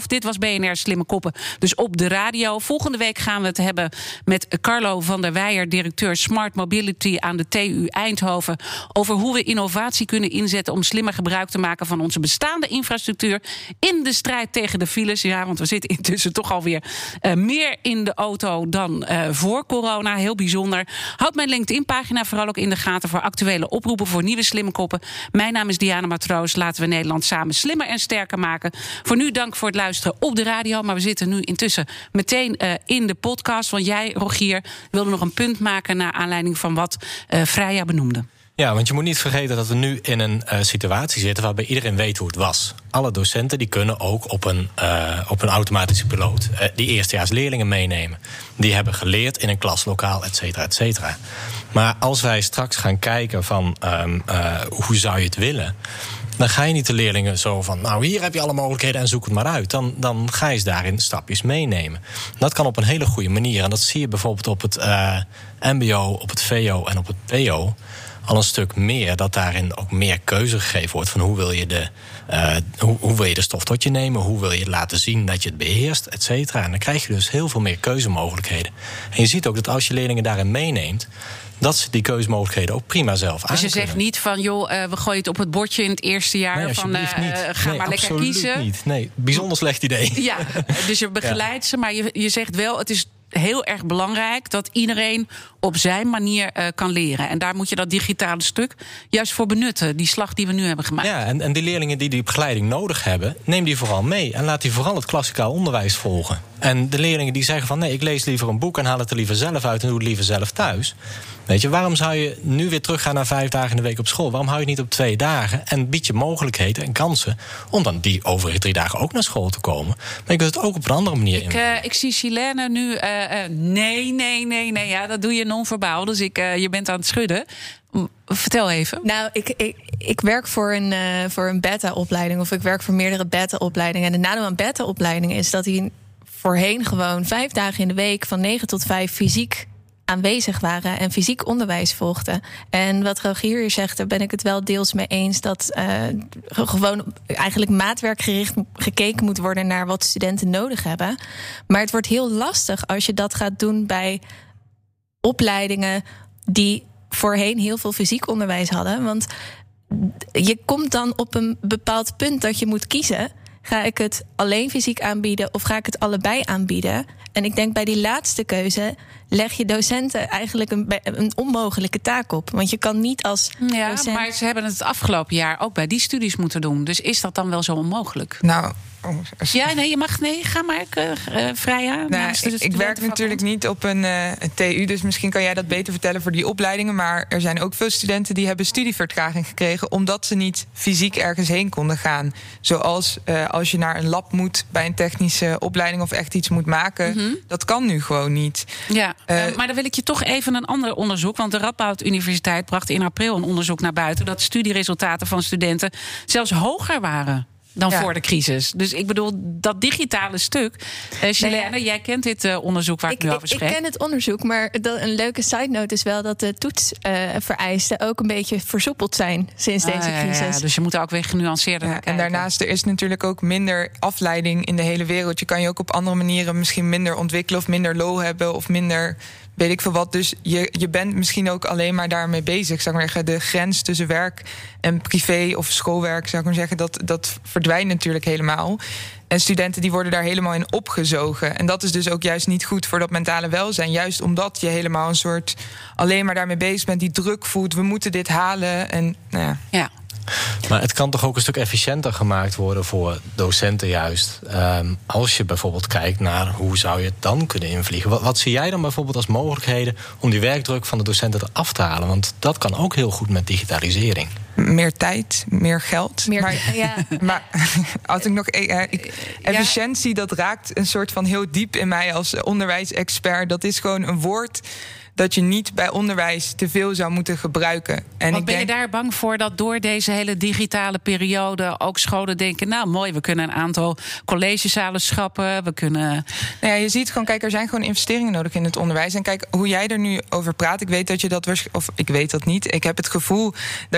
B N R Slimme Koppen dus op de radio. Volgende week gaan we het hebben met Carlo van der Weijer, directeur Smart Mobility aan de T U Eindhoven, over hoe we innovatie kunnen inzetten om slimmer gebruik te maken van onze bestaande infrastructuur in de strijd tegen de files. Ja, want we zitten intussen toch alweer uh, meer in de auto dan uh, voor corona. Heel bijzonder. Houd mijn LinkedIn-pagina vooral ook in de gaten voor actuele oproepen voor nieuwe slimme koppen. Mijn naam is Diana Matroos. Laten we Nederland samen slimmer en sterker maken. Voor nu dank voor het luisteren op de radio. Maar we zitten nu intussen meteen uh, in de podcast. Want jij, Rogier, wilde nog een punt maken naar aanleiding van wat uh, Freya benoemde. Ja, want je moet niet vergeten dat we nu in een uh, situatie zitten waarbij iedereen weet hoe het was. Alle docenten die kunnen ook op een, uh, op een automatische piloot uh, die eerstejaarsleerlingen meenemen. Die hebben geleerd in een klaslokaal, et cetera, et cetera. Maar als wij straks gaan kijken van um, uh, hoe zou je het willen, dan ga je niet de leerlingen zo van, nou, hier heb je alle mogelijkheden en zoek het maar uit. Dan, dan ga je ze daarin stapjes meenemen. Dat kan op een hele goede manier. En dat zie je bijvoorbeeld op het uh, M B O, op het V O en op het P O al een stuk meer, dat daarin ook meer keuze gegeven wordt van hoe wil je de, uh, hoe, hoe wil je de stof tot je nemen, hoe wil je laten zien dat je het beheerst, et cetera. En dan krijg je dus heel veel meer keuzemogelijkheden. En je ziet ook dat als je leerlingen daarin meeneemt, dat ze die keuzemogelijkheden ook prima zelf aan. Dus je zegt niet van, joh, uh, we gooien het op het bordje in het eerste jaar. Nee, van, uh, niet. ga nee, maar lekker kiezen. Niet. Nee, bijzonder slecht idee. Ja, dus je begeleidt ze, maar je, je zegt wel, het is heel erg belangrijk dat iedereen op zijn manier uh, kan leren. En daar moet je dat digitale stuk juist voor benutten. Die slag die we nu hebben gemaakt. Ja, en, en die leerlingen die die begeleiding nodig hebben, neem die vooral mee. En laat die vooral het klassikaal onderwijs volgen. En de leerlingen die zeggen van, nee, ik lees liever een boek en haal het er liever zelf uit en doe het liever zelf thuis. Weet je, waarom zou je nu weer teruggaan naar vijf dagen in de week op school? Waarom hou je het niet op twee dagen en bied je mogelijkheden en kansen om dan die overige drie dagen ook naar school te komen? Maar je kunt het ook op een andere manier ik, uh, ik zie Silene nu, uh, uh, nee, nee, nee, nee, ja, dat doe je non-verbaal. Dus ik, uh, je bent aan het schudden. Vertel even. Nou, ik, ik, ik werk voor een, uh, voor een beta-opleiding, of ik werk voor meerdere beta-opleidingen. En de nadeel aan beta-opleidingen is dat die voorheen gewoon vijf dagen in de week van negen tot vijf fysiek aanwezig waren en fysiek onderwijs volgden. En wat Rogier hier zegt, daar ben ik het wel deels mee eens, dat uh, gewoon eigenlijk maatwerkgericht gekeken moet worden naar wat studenten nodig hebben. Maar het wordt heel lastig als je dat gaat doen bij opleidingen die voorheen heel veel fysiek onderwijs hadden. Want je komt dan op een bepaald punt dat je moet kiezen. Ga ik het alleen fysiek aanbieden of ga ik het allebei aanbieden? En ik denk bij die laatste keuze leg je docenten eigenlijk een, een onmogelijke taak op. Want je kan niet als ja, docent... maar ze hebben het afgelopen jaar ook bij die studies moeten doen. Dus is dat dan wel zo onmogelijk? Nou... Oh, ja, nee, je mag, nee, ga maar, uh, Freya. Nou, ik, ik werk natuurlijk niet op een, uh, een T U, dus misschien kan jij dat beter vertellen voor die opleidingen. Maar er zijn ook veel studenten die hebben studievertraging gekregen omdat ze niet fysiek ergens heen konden gaan. Zoals uh, als je naar een lab moet bij een technische opleiding of echt iets moet maken. Mm-hmm. Dat kan nu gewoon niet. Ja, uh, uh, maar dan wil ik je toch even een ander onderzoek. Want de Radboud Universiteit bracht in april een onderzoek naar buiten dat studieresultaten van studenten zelfs hoger waren dan ja. voor de crisis. Dus ik bedoel, dat digitale stuk. Uh, Silene, nee, jij kent dit uh, onderzoek waar ik, ik nu over spreek. Ik ken het onderzoek, maar dat, een leuke side note is wel dat de toetsvereisten uh, ook een beetje versoepeld zijn sinds ah, deze crisis. Ja, ja, dus je moet er ook weer genuanceerder ja, naar kijken. En daarnaast, er is natuurlijk ook minder afleiding in de hele wereld. Je kan je ook op andere manieren misschien minder ontwikkelen of minder lol hebben of minder weet ik veel wat. Dus je, je bent misschien ook alleen maar daarmee bezig. Zou ik maar zeggen, de grens tussen werk en privé of schoolwerk, zou ik maar zeggen, dat, dat verdwijnt natuurlijk helemaal. En studenten die worden daar helemaal in opgezogen. En dat is dus ook juist niet goed voor dat mentale welzijn. Juist omdat je helemaal een soort alleen maar daarmee bezig bent, die druk voelt, we moeten dit halen. En, nou ja. ja. Maar het kan toch ook een stuk efficiënter gemaakt worden voor docenten juist. Um, als je bijvoorbeeld kijkt naar hoe zou je het dan kunnen invliegen. Wat, wat zie jij dan bijvoorbeeld als mogelijkheden om die werkdruk van de docenten eraf te halen? Want dat kan ook heel goed met digitalisering. Meer tijd, meer geld. Meer, maar, ja. maar als ik nog uh, ik, efficiëntie, dat raakt een soort van heel diep in mij als onderwijsexpert. Dat is gewoon een woord dat je niet bij onderwijs te veel zou moeten gebruiken. En Want ik ben denk, je daar bang voor dat door deze hele digitale periode ook scholen denken, nou mooi, we kunnen een aantal collegezalen schrappen, we kunnen... Nou ja, je ziet gewoon, kijk, er zijn gewoon investeringen nodig in het onderwijs. En kijk, hoe jij er nu over praat, ik weet dat je dat, of ik weet dat niet, ik heb het gevoel dat je dat niet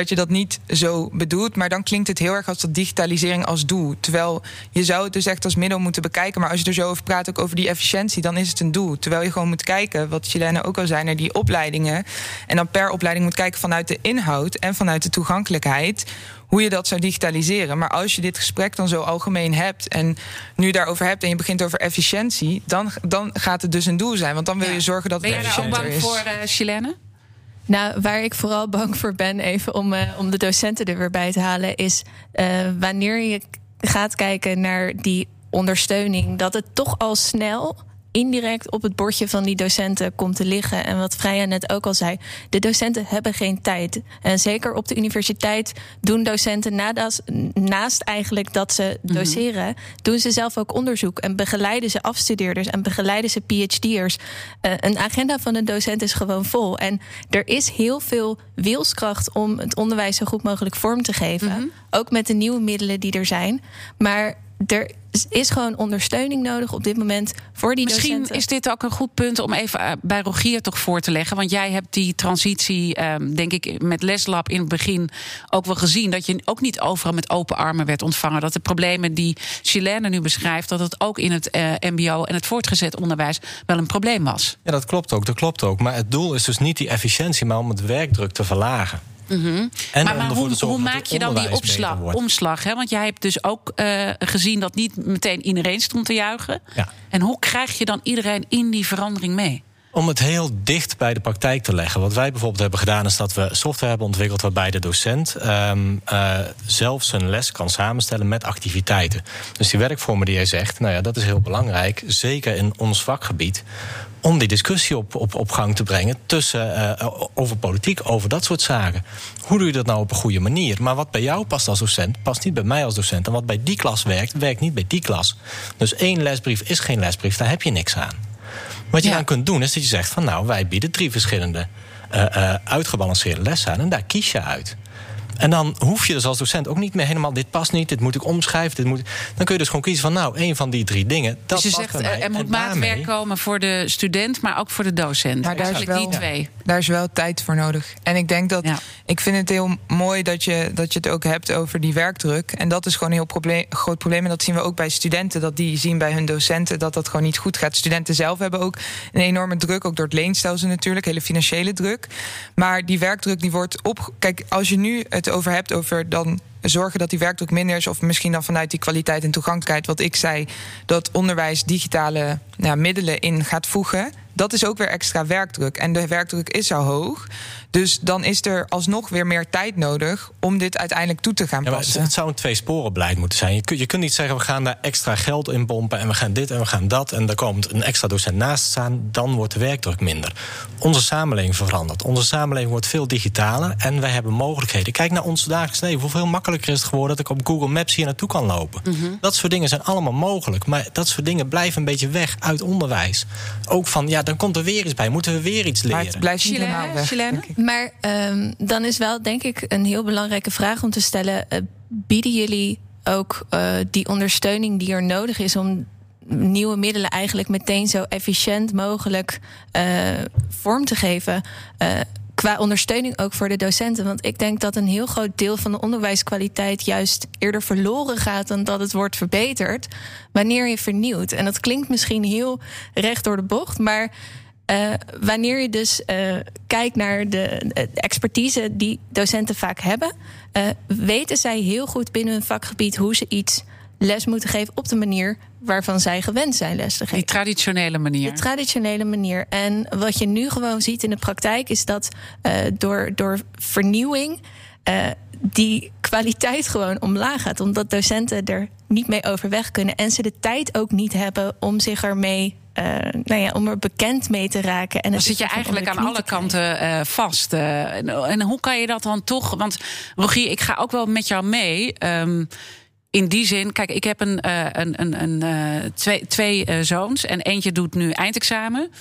niet zo bedoeld, maar dan klinkt het heel erg als dat digitalisering als doel. Terwijl je zou het dus echt als middel moeten bekijken, maar als je er zo over praat, ook over die efficiëntie, dan is het een doel. Terwijl je gewoon moet kijken, wat Chilene ook al zei, naar die opleidingen. En dan per opleiding moet kijken vanuit de inhoud en vanuit de toegankelijkheid, hoe je dat zou digitaliseren. Maar als je dit gesprek dan zo algemeen hebt en nu daarover hebt en je begint over efficiëntie, dan, dan gaat het dus een doel zijn. Want dan wil je zorgen dat het efficiënter is. Ben jij daar ook bang voor, uh, Chilene? Nou, waar ik vooral bang voor ben, even om, uh, om de docenten er weer bij te halen, is uh, wanneer je gaat kijken naar die ondersteuning, dat het toch al snel indirect op het bordje van die docenten komt te liggen. En wat Freya net ook al zei, de docenten hebben geen tijd. En zeker op de universiteit doen docenten naast, naast eigenlijk dat ze doseren, mm-hmm. doen ze zelf ook onderzoek en begeleiden ze afstudeerders en begeleiden ze P H D'ers. Uh, een agenda van een docent is gewoon vol. En er is heel veel wilskracht om het onderwijs zo goed mogelijk vorm te geven. Mm-hmm. Ook met de nieuwe middelen die er zijn. Maar er is gewoon ondersteuning nodig op dit moment voor die Misschien docenten. Misschien is dit ook een goed punt om even bij Rogier toch voor te leggen. Want jij hebt die transitie, um, denk ik, met Leslab in het begin ook wel gezien, dat je ook niet overal met open armen werd ontvangen. Dat de problemen die Chilene nu beschrijft, dat het ook in het uh, mbo en het voortgezet onderwijs wel een probleem was. Ja, dat klopt ook. Dat klopt ook. Maar het doel is dus niet die efficiëntie, maar om het werkdruk te verlagen. Mm-hmm. En maar, maar hoe, hoe maak je dan die opslag, omslag? Hè? Want jij hebt dus ook uh, gezien dat niet meteen iedereen stond te juichen. Ja. En hoe krijg je dan iedereen in die verandering mee? Om het heel dicht bij de praktijk te leggen. Wat wij bijvoorbeeld hebben gedaan is dat we software hebben ontwikkeld waarbij de docent um, uh, zelf zijn les kan samenstellen met activiteiten. Dus die werkvormen die jij zegt, nou ja, dat is heel belangrijk, zeker in ons vakgebied, om die discussie op, op, op gang te brengen tussen, uh, over politiek, over dat soort zaken. Hoe doe je dat nou op een goede manier? Maar wat bij jou past als docent, past niet bij mij als docent. En wat bij die klas werkt, werkt niet bij die klas. Dus één lesbrief is geen lesbrief, daar heb je niks aan. Wat je ja. dan kunt doen, is dat je zegt van nou, wij bieden drie verschillende uh, uh, uitgebalanceerde lessen aan en daar kies je uit. En dan hoef je dus als docent ook niet meer helemaal, dit past niet, dit moet ik omschrijven, dit moet. Dan kun je dus gewoon kiezen van nou, één van die drie dingen, dat dus je past zegt, bij mij. Er moet maatwerk komen voor de student, maar ook voor de docent. Maar daar is, wel, die twee. daar is wel tijd voor nodig. En ik denk dat, ja. ik vind het heel mooi dat je, dat je het ook hebt over die werkdruk. En dat is gewoon een heel probleem, groot probleem. En dat zien we ook bij studenten, dat die zien bij hun docenten dat dat gewoon niet goed gaat. Studenten zelf hebben ook een enorme druk, ook door het leenstelsel natuurlijk, hele financiële druk. Maar die werkdruk die wordt op. Kijk, als je nu het over hebt, over dan zorgen dat die werkdruk minder is, of misschien dan vanuit die kwaliteit en toegankelijkheid, wat ik zei, dat onderwijs digitale nou, middelen in gaat voegen, dat is ook weer extra werkdruk. En de werkdruk is zo hoog. Dus dan is er alsnog weer meer tijd nodig om dit uiteindelijk toe te gaan ja, passen. Het zou een tweesporenbeleid moeten zijn. Je kunt, je kunt niet zeggen, we gaan daar extra geld in pompen en we gaan dit en we gaan dat en er komt een extra docent naast staan, dan wordt de werkdruk minder. Onze samenleving verandert. Onze samenleving wordt veel digitaler en wij hebben mogelijkheden. Kijk naar ons dagelijks leven. Hoeveel makkelijker is het geworden dat ik op Google Maps hier naartoe kan lopen. Mm-hmm. Dat soort dingen zijn allemaal mogelijk. Maar dat soort dingen blijven een beetje weg uit onderwijs. Ook van, ja, dan komt er weer iets bij. Moeten we weer iets leren? Maar het blijft niet helemaal weg. Maar um, dan is wel, denk ik, een heel belangrijke vraag om te stellen. Uh, bieden jullie ook uh, die ondersteuning die er nodig is om nieuwe middelen eigenlijk meteen zo efficiënt mogelijk uh, vorm te geven? Uh, Qua ondersteuning ook voor de docenten. Want ik denk dat een heel groot deel van de onderwijskwaliteit juist eerder verloren gaat dan dat het wordt verbeterd wanneer je vernieuwt. En dat klinkt misschien heel recht door de bocht, maar Uh, wanneer je dus uh, kijkt naar de, de expertise die docenten vaak hebben, uh, weten zij heel goed binnen hun vakgebied hoe ze iets les moeten geven op de manier waarvan zij gewend zijn les te geven. Die traditionele manier. De traditionele manier. En wat je nu gewoon ziet in de praktijk is dat uh, door, door vernieuwing uh, die kwaliteit gewoon omlaag gaat. Omdat docenten er niet mee overweg kunnen en ze de tijd ook niet hebben om zich ermee Uh, nou ja, om er bekend mee te raken. En dan zit je eigenlijk aan alle kanten uh, vast. Uh, en, en hoe kan je dat dan toch? Want Rogier, ik ga ook wel met jou mee. Um, in die zin, kijk, ik heb een, uh, een, een, een, uh, twee, twee uh, zoons en eentje doet nu eindexamen.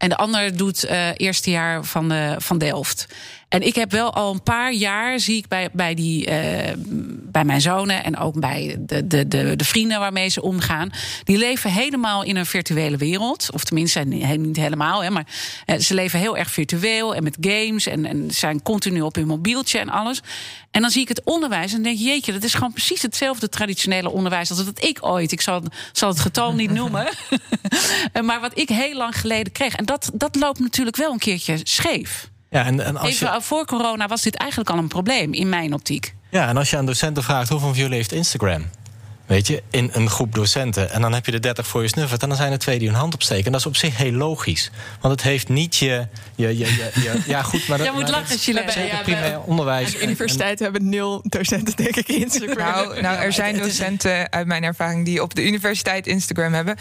En de ander doet uh, eerste jaar van, de, van Delft. En ik heb wel al een paar jaar, zie ik bij, bij, die, uh, bij mijn zonen en ook bij de, de, de, de vrienden waarmee ze omgaan. Die leven helemaal in een virtuele wereld. Of tenminste, niet helemaal, hè, maar uh, ze leven heel erg virtueel en met games. En, en zijn continu op hun mobieltje en alles. En dan zie ik het onderwijs en denk je, jeetje, dat is gewoon precies hetzelfde traditionele onderwijs als dat ik ooit. Ik zal, zal het getal niet noemen. Maar wat ik heel lang geleden kreeg. En dat, dat loopt natuurlijk wel een keertje scheef. Ja, en, en als Even je... voor corona was dit eigenlijk al een probleem, in mijn optiek. Ja, en als je aan docenten vraagt, hoeveel van jullie heeft Instagram? Weet je, in een groep docenten. En dan heb je er dertig voor je snuffert. En dan zijn er twee die hun hand opsteken. En dat is op zich heel logisch. Want het heeft niet je... je, je, je, je ja, goed, maar... Jij moet lachen, Chilène. Zeker Ja, primair onderwijs. Aan de universiteit en, hebben nul docenten, denk ik, Instagram. Nou, nou, er zijn docenten uit mijn ervaring die op de universiteit Instagram hebben.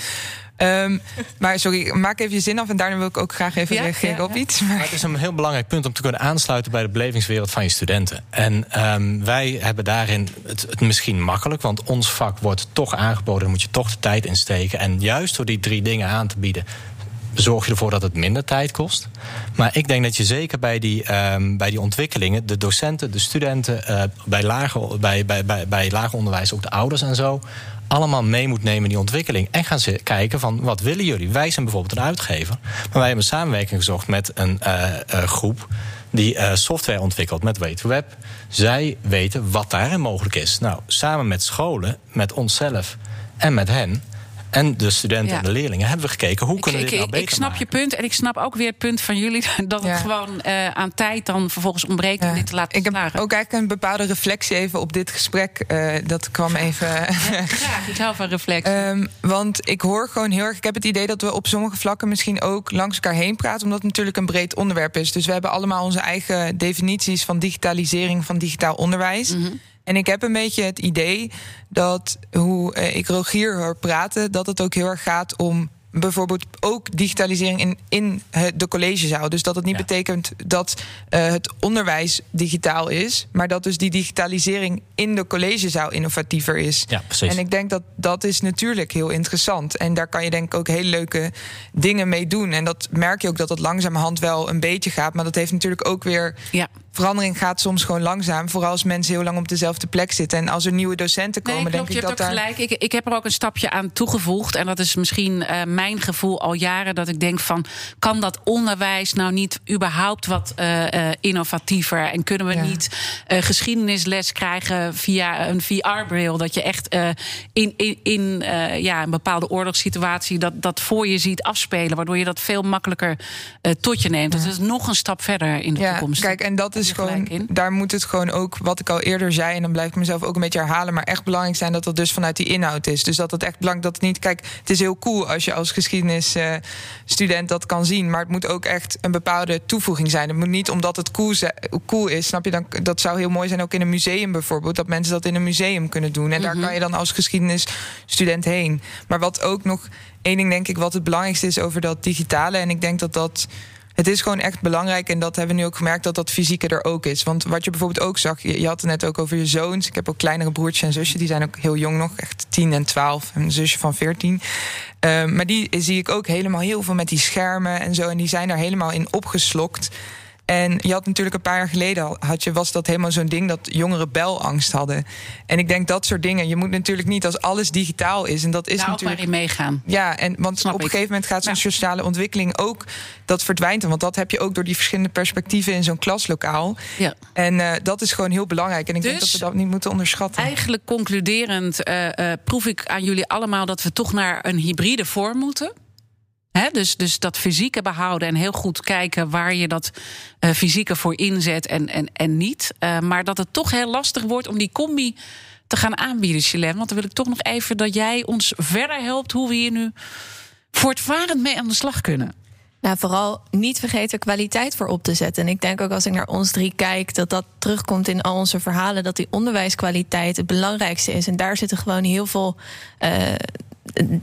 Um, maar sorry, maak even je zin af en daarna wil ik ook graag even ja, reageren ja, op ja. iets. Maar... Maar het is een heel belangrijk punt om te kunnen aansluiten bij de belevingswereld van je studenten. En um, wij hebben daarin het, het misschien makkelijk, want ons vak wordt toch aangeboden, daar moet je toch de tijd in steken. En juist door die drie dingen aan te bieden, zorg je ervoor dat het minder tijd kost. Maar ik denk dat je zeker bij die, um, bij die ontwikkelingen, de docenten, de studenten, uh, bij, lager, bij, bij, bij, bij lager onderwijs ook de ouders en zo, allemaal mee moet nemen in die ontwikkeling. En gaan ze kijken van, wat willen jullie? Wij zijn bijvoorbeeld een uitgever. Maar wij hebben samenwerking gezocht met een uh, uh, groep die uh, software ontwikkelt met Way to Web. Zij weten wat daarin mogelijk is. Nou, samen met scholen, met onszelf en met hen en de studenten ja. en de leerlingen hebben we gekeken, hoe kunnen we dit nou beter maken? Ik snap maken? je punt en ik snap ook weer het punt van jullie dat het ja. gewoon uh, aan tijd dan vervolgens ontbreekt ja. om dit te laten Ik heb slagen. ook eigenlijk een bepaalde reflectie even op dit gesprek. Uh, dat kwam even... Ja, graag, ik hou van reflectie. um, want ik hoor gewoon heel erg... Ik heb het idee dat we op sommige vlakken misschien ook langs elkaar heen praten, omdat het natuurlijk een breed onderwerp is. Dus we hebben allemaal onze eigen definities van digitalisering, van digitaal onderwijs. Mm-hmm. En ik heb een beetje het idee dat, hoe uh, ik Rogier hoor praten, dat het ook heel erg gaat om bijvoorbeeld ook digitalisering in, in de collegezaal. Dus dat het niet ja. betekent dat uh, het onderwijs digitaal is, maar dat dus die digitalisering in de collegezaal innovatiever is. Ja, precies. En ik denk dat dat is natuurlijk heel interessant. En daar kan je denk ik ook hele leuke dingen mee doen. En dat merk je ook dat het langzamerhand wel een beetje gaat. Maar dat heeft natuurlijk ook weer... Ja. Verandering gaat soms gewoon langzaam. Vooral als mensen heel lang op dezelfde plek zitten. En als er nieuwe docenten komen, nee, klopt, denk ik dat daar... Je hebt ook gelijk. Ik, ik heb er ook een stapje aan toegevoegd. En dat is misschien uh, mijn gevoel al jaren. Dat ik denk van, kan dat onderwijs nou niet überhaupt wat uh, uh, innovatiever? En kunnen we ja. niet uh, geschiedenisles krijgen via een V R-bril? Dat je echt uh, in, in, in uh, ja, een bepaalde oorlogssituatie dat, dat voor je ziet afspelen. Waardoor je dat veel makkelijker uh, tot je neemt. Ja. Dat is nog een stap verder in de ja, toekomst. Kijk, en dat is gewoon, daar moet het gewoon ook, wat ik al eerder zei, en dan blijf ik mezelf ook een beetje herhalen, maar echt belangrijk zijn dat dat dus vanuit die inhoud is. Dus dat het echt belangrijk dat het niet, kijk, het is heel cool als je als geschiedenisstudent uh, dat kan zien, maar het moet ook echt een bepaalde toevoeging zijn. Het moet niet omdat het cool, cool is, snap je, dan, dat zou heel mooi zijn ook in een museum bijvoorbeeld, dat mensen dat in een museum kunnen doen. En mm-hmm. daar kan je dan als geschiedenisstudent heen. Maar wat ook nog, één ding denk ik, wat het belangrijkste is over dat digitale, en ik denk dat dat het is gewoon echt belangrijk, en dat hebben we nu ook gemerkt, dat dat fysieke er ook is. Want wat je bijvoorbeeld ook zag, je, je had het net ook over je zoons. Ik heb ook kleinere broertjes en zusjes, die zijn ook heel jong nog, echt tien en twaalf. En een zusje van veertien. Uh, maar die zie ik ook helemaal heel veel met die schermen en zo. En die zijn daar helemaal in opgeslokt. En je had natuurlijk een paar jaar geleden had je, was dat helemaal zo'n ding dat jongeren belangst hadden. En ik denk dat soort dingen. Je moet natuurlijk niet als alles digitaal is. En dat is daar natuurlijk. ook maar in meegaan. Ja, en want Snap op een ik. gegeven moment gaat zo'n ja. sociale ontwikkeling ook. Dat verdwijnt. Want dat heb je ook door die verschillende perspectieven in zo'n klaslokaal. Ja. En uh, dat is gewoon heel belangrijk. En ik dus, denk dat we dat niet moeten onderschatten. Eigenlijk concluderend uh, uh, proef ik aan jullie allemaal dat we toch naar een hybride vorm moeten. He, dus, dus dat fysieke behouden en heel goed kijken waar je dat uh, fysieke voor inzet en, en, en niet. Uh, maar dat het toch heel lastig wordt om die combi te gaan aanbieden, Chilène. Want dan wil ik toch nog even dat jij ons verder helpt hoe we hier nu voortvarend mee aan de slag kunnen. Nou, vooral niet vergeten kwaliteit voor op te zetten. En ik denk ook als ik naar ons drie kijk, dat dat terugkomt in al onze verhalen, dat die onderwijskwaliteit het belangrijkste is. En daar zitten gewoon heel veel Uh,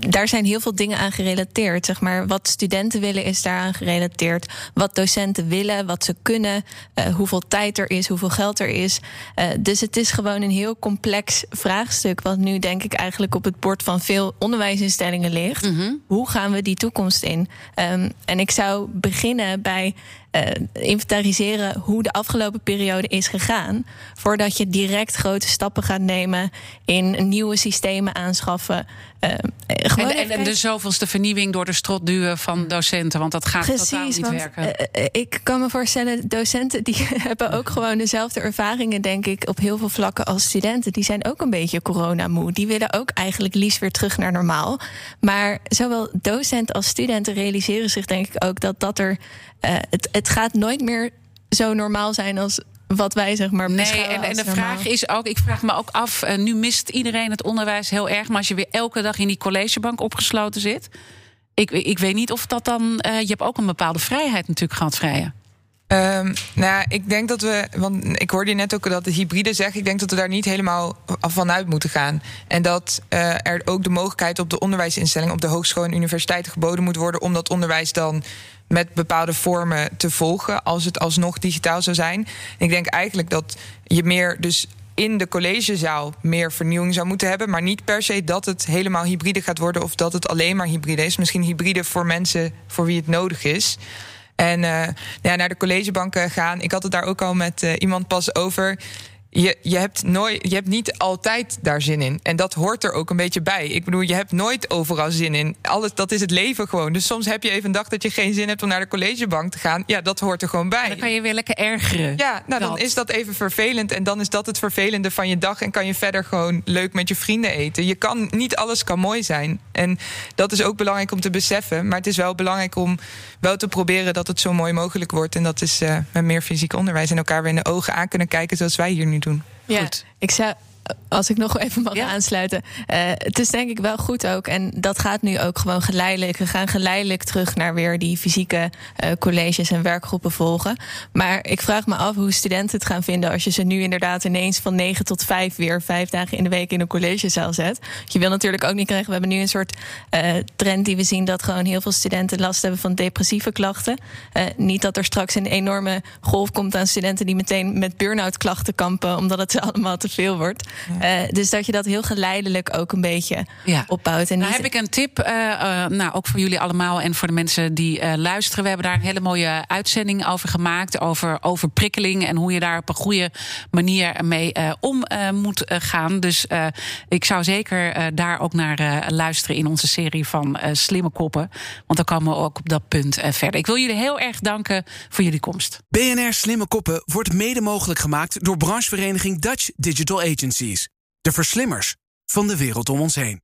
daar zijn heel veel dingen aan gerelateerd. Zeg maar. Wat studenten willen is daaraan gerelateerd. Wat docenten willen, wat ze kunnen, uh, hoeveel tijd er is, hoeveel geld er is. Uh, dus het is gewoon een heel complex vraagstuk, wat nu denk ik eigenlijk op het bord van veel onderwijsinstellingen ligt. Mm-hmm. Hoe gaan we die toekomst in? Um, en ik zou beginnen bij Uh, inventariseren hoe de afgelopen periode is gegaan, voordat je direct grote stappen gaat nemen in nieuwe systemen aanschaffen. Uh, en, en, en de zoveelste vernieuwing door de strot duwen van docenten, want dat gaat Precies, totaal niet want, werken. Uh, ik kan me voorstellen, docenten die hebben ook gewoon dezelfde ervaringen, denk ik, op heel veel vlakken als studenten. Die zijn ook een beetje coronamoe. Die willen ook eigenlijk liefst weer terug naar normaal. Maar zowel docent als studenten realiseren zich, denk ik, ook dat dat er Uh, het, het gaat nooit meer zo normaal zijn als wat wij zeg maar nee, en, en de normaal. vraag is ook, ik vraag me ook af, uh, nu mist iedereen het onderwijs heel erg, maar als je weer elke dag in die collegebank opgesloten zit, ik, ik weet niet of dat dan, uh, je hebt ook een bepaalde vrijheid natuurlijk gehad, Freya. Um, nou, ik denk dat we, want ik hoorde je net ook dat de hybride zegt, ik denk dat we daar niet helemaal vanuit moeten gaan. En dat uh, er ook de mogelijkheid op de onderwijsinstellingen, op de hogescholen en universiteiten geboden moet worden om dat onderwijs dan met bepaalde vormen te volgen, als het alsnog digitaal zou zijn. En ik denk eigenlijk dat je meer dus in de collegezaal meer vernieuwing zou moeten hebben, maar niet per se dat het helemaal hybride gaat worden of dat het alleen maar hybride is. Misschien hybride voor mensen voor wie het nodig is. En uh, ja, naar de collegebanken gaan. Ik had het daar ook al met uh, iemand pas over. Je, je, hebt nooit, je hebt niet altijd daar zin in. En dat hoort er ook een beetje bij. Ik bedoel, je hebt nooit overal zin in. Alles, dat is het leven gewoon. Dus soms heb je even een dag dat je geen zin hebt om naar de collegebank te gaan. Ja, dat hoort er gewoon bij. Dan kan je weer lekker ergeren. Ja, nou, dan is dat even vervelend. En dan is dat het vervelende van je dag. En kan je verder gewoon leuk met je vrienden eten. Je kan, niet alles kan mooi zijn. En dat is ook belangrijk om te beseffen. Maar het is wel belangrijk om wel te proberen dat het zo mooi mogelijk wordt. En dat is uh, met meer fysiek onderwijs. En elkaar weer in de ogen aan kunnen kijken zoals wij hier nu doen. Ja, goed. Ik zou, als ik nog even mag ja. aansluiten. Uh, het is denk ik wel goed ook. En dat gaat nu ook gewoon geleidelijk. We gaan geleidelijk terug naar weer die fysieke uh, colleges en werkgroepen volgen. Maar ik vraag me af hoe studenten het gaan vinden als je ze nu inderdaad ineens van negen tot vijf weer vijf dagen in de week in een collegezaal zet. Je wil natuurlijk ook niet krijgen. We hebben nu een soort uh, trend die we zien dat gewoon heel veel studenten last hebben van depressieve klachten. Uh, niet dat er straks een enorme golf komt aan studenten die meteen met burn-out klachten kampen, omdat het allemaal te veel wordt. Ja. Uh, dus dat je dat heel geleidelijk ook een beetje ja. opbouwt. En nou niet... heb ik een tip, uh, uh, nou, ook voor jullie allemaal en voor de mensen die uh, luisteren. We hebben daar een hele mooie uitzending over gemaakt, over overprikkeling en hoe je daar op een goede manier mee uh, om uh, moet uh, gaan. Dus uh, ik zou zeker uh, daar ook naar uh, luisteren in onze serie van uh, Slimme Koppen. Want dan komen we ook op dat punt uh, verder. Ik wil jullie heel erg danken voor jullie komst. B N R Slimme Koppen wordt mede mogelijk gemaakt door branchevereniging Dutch Digital Agencies. De verslimmers van de wereld om ons heen.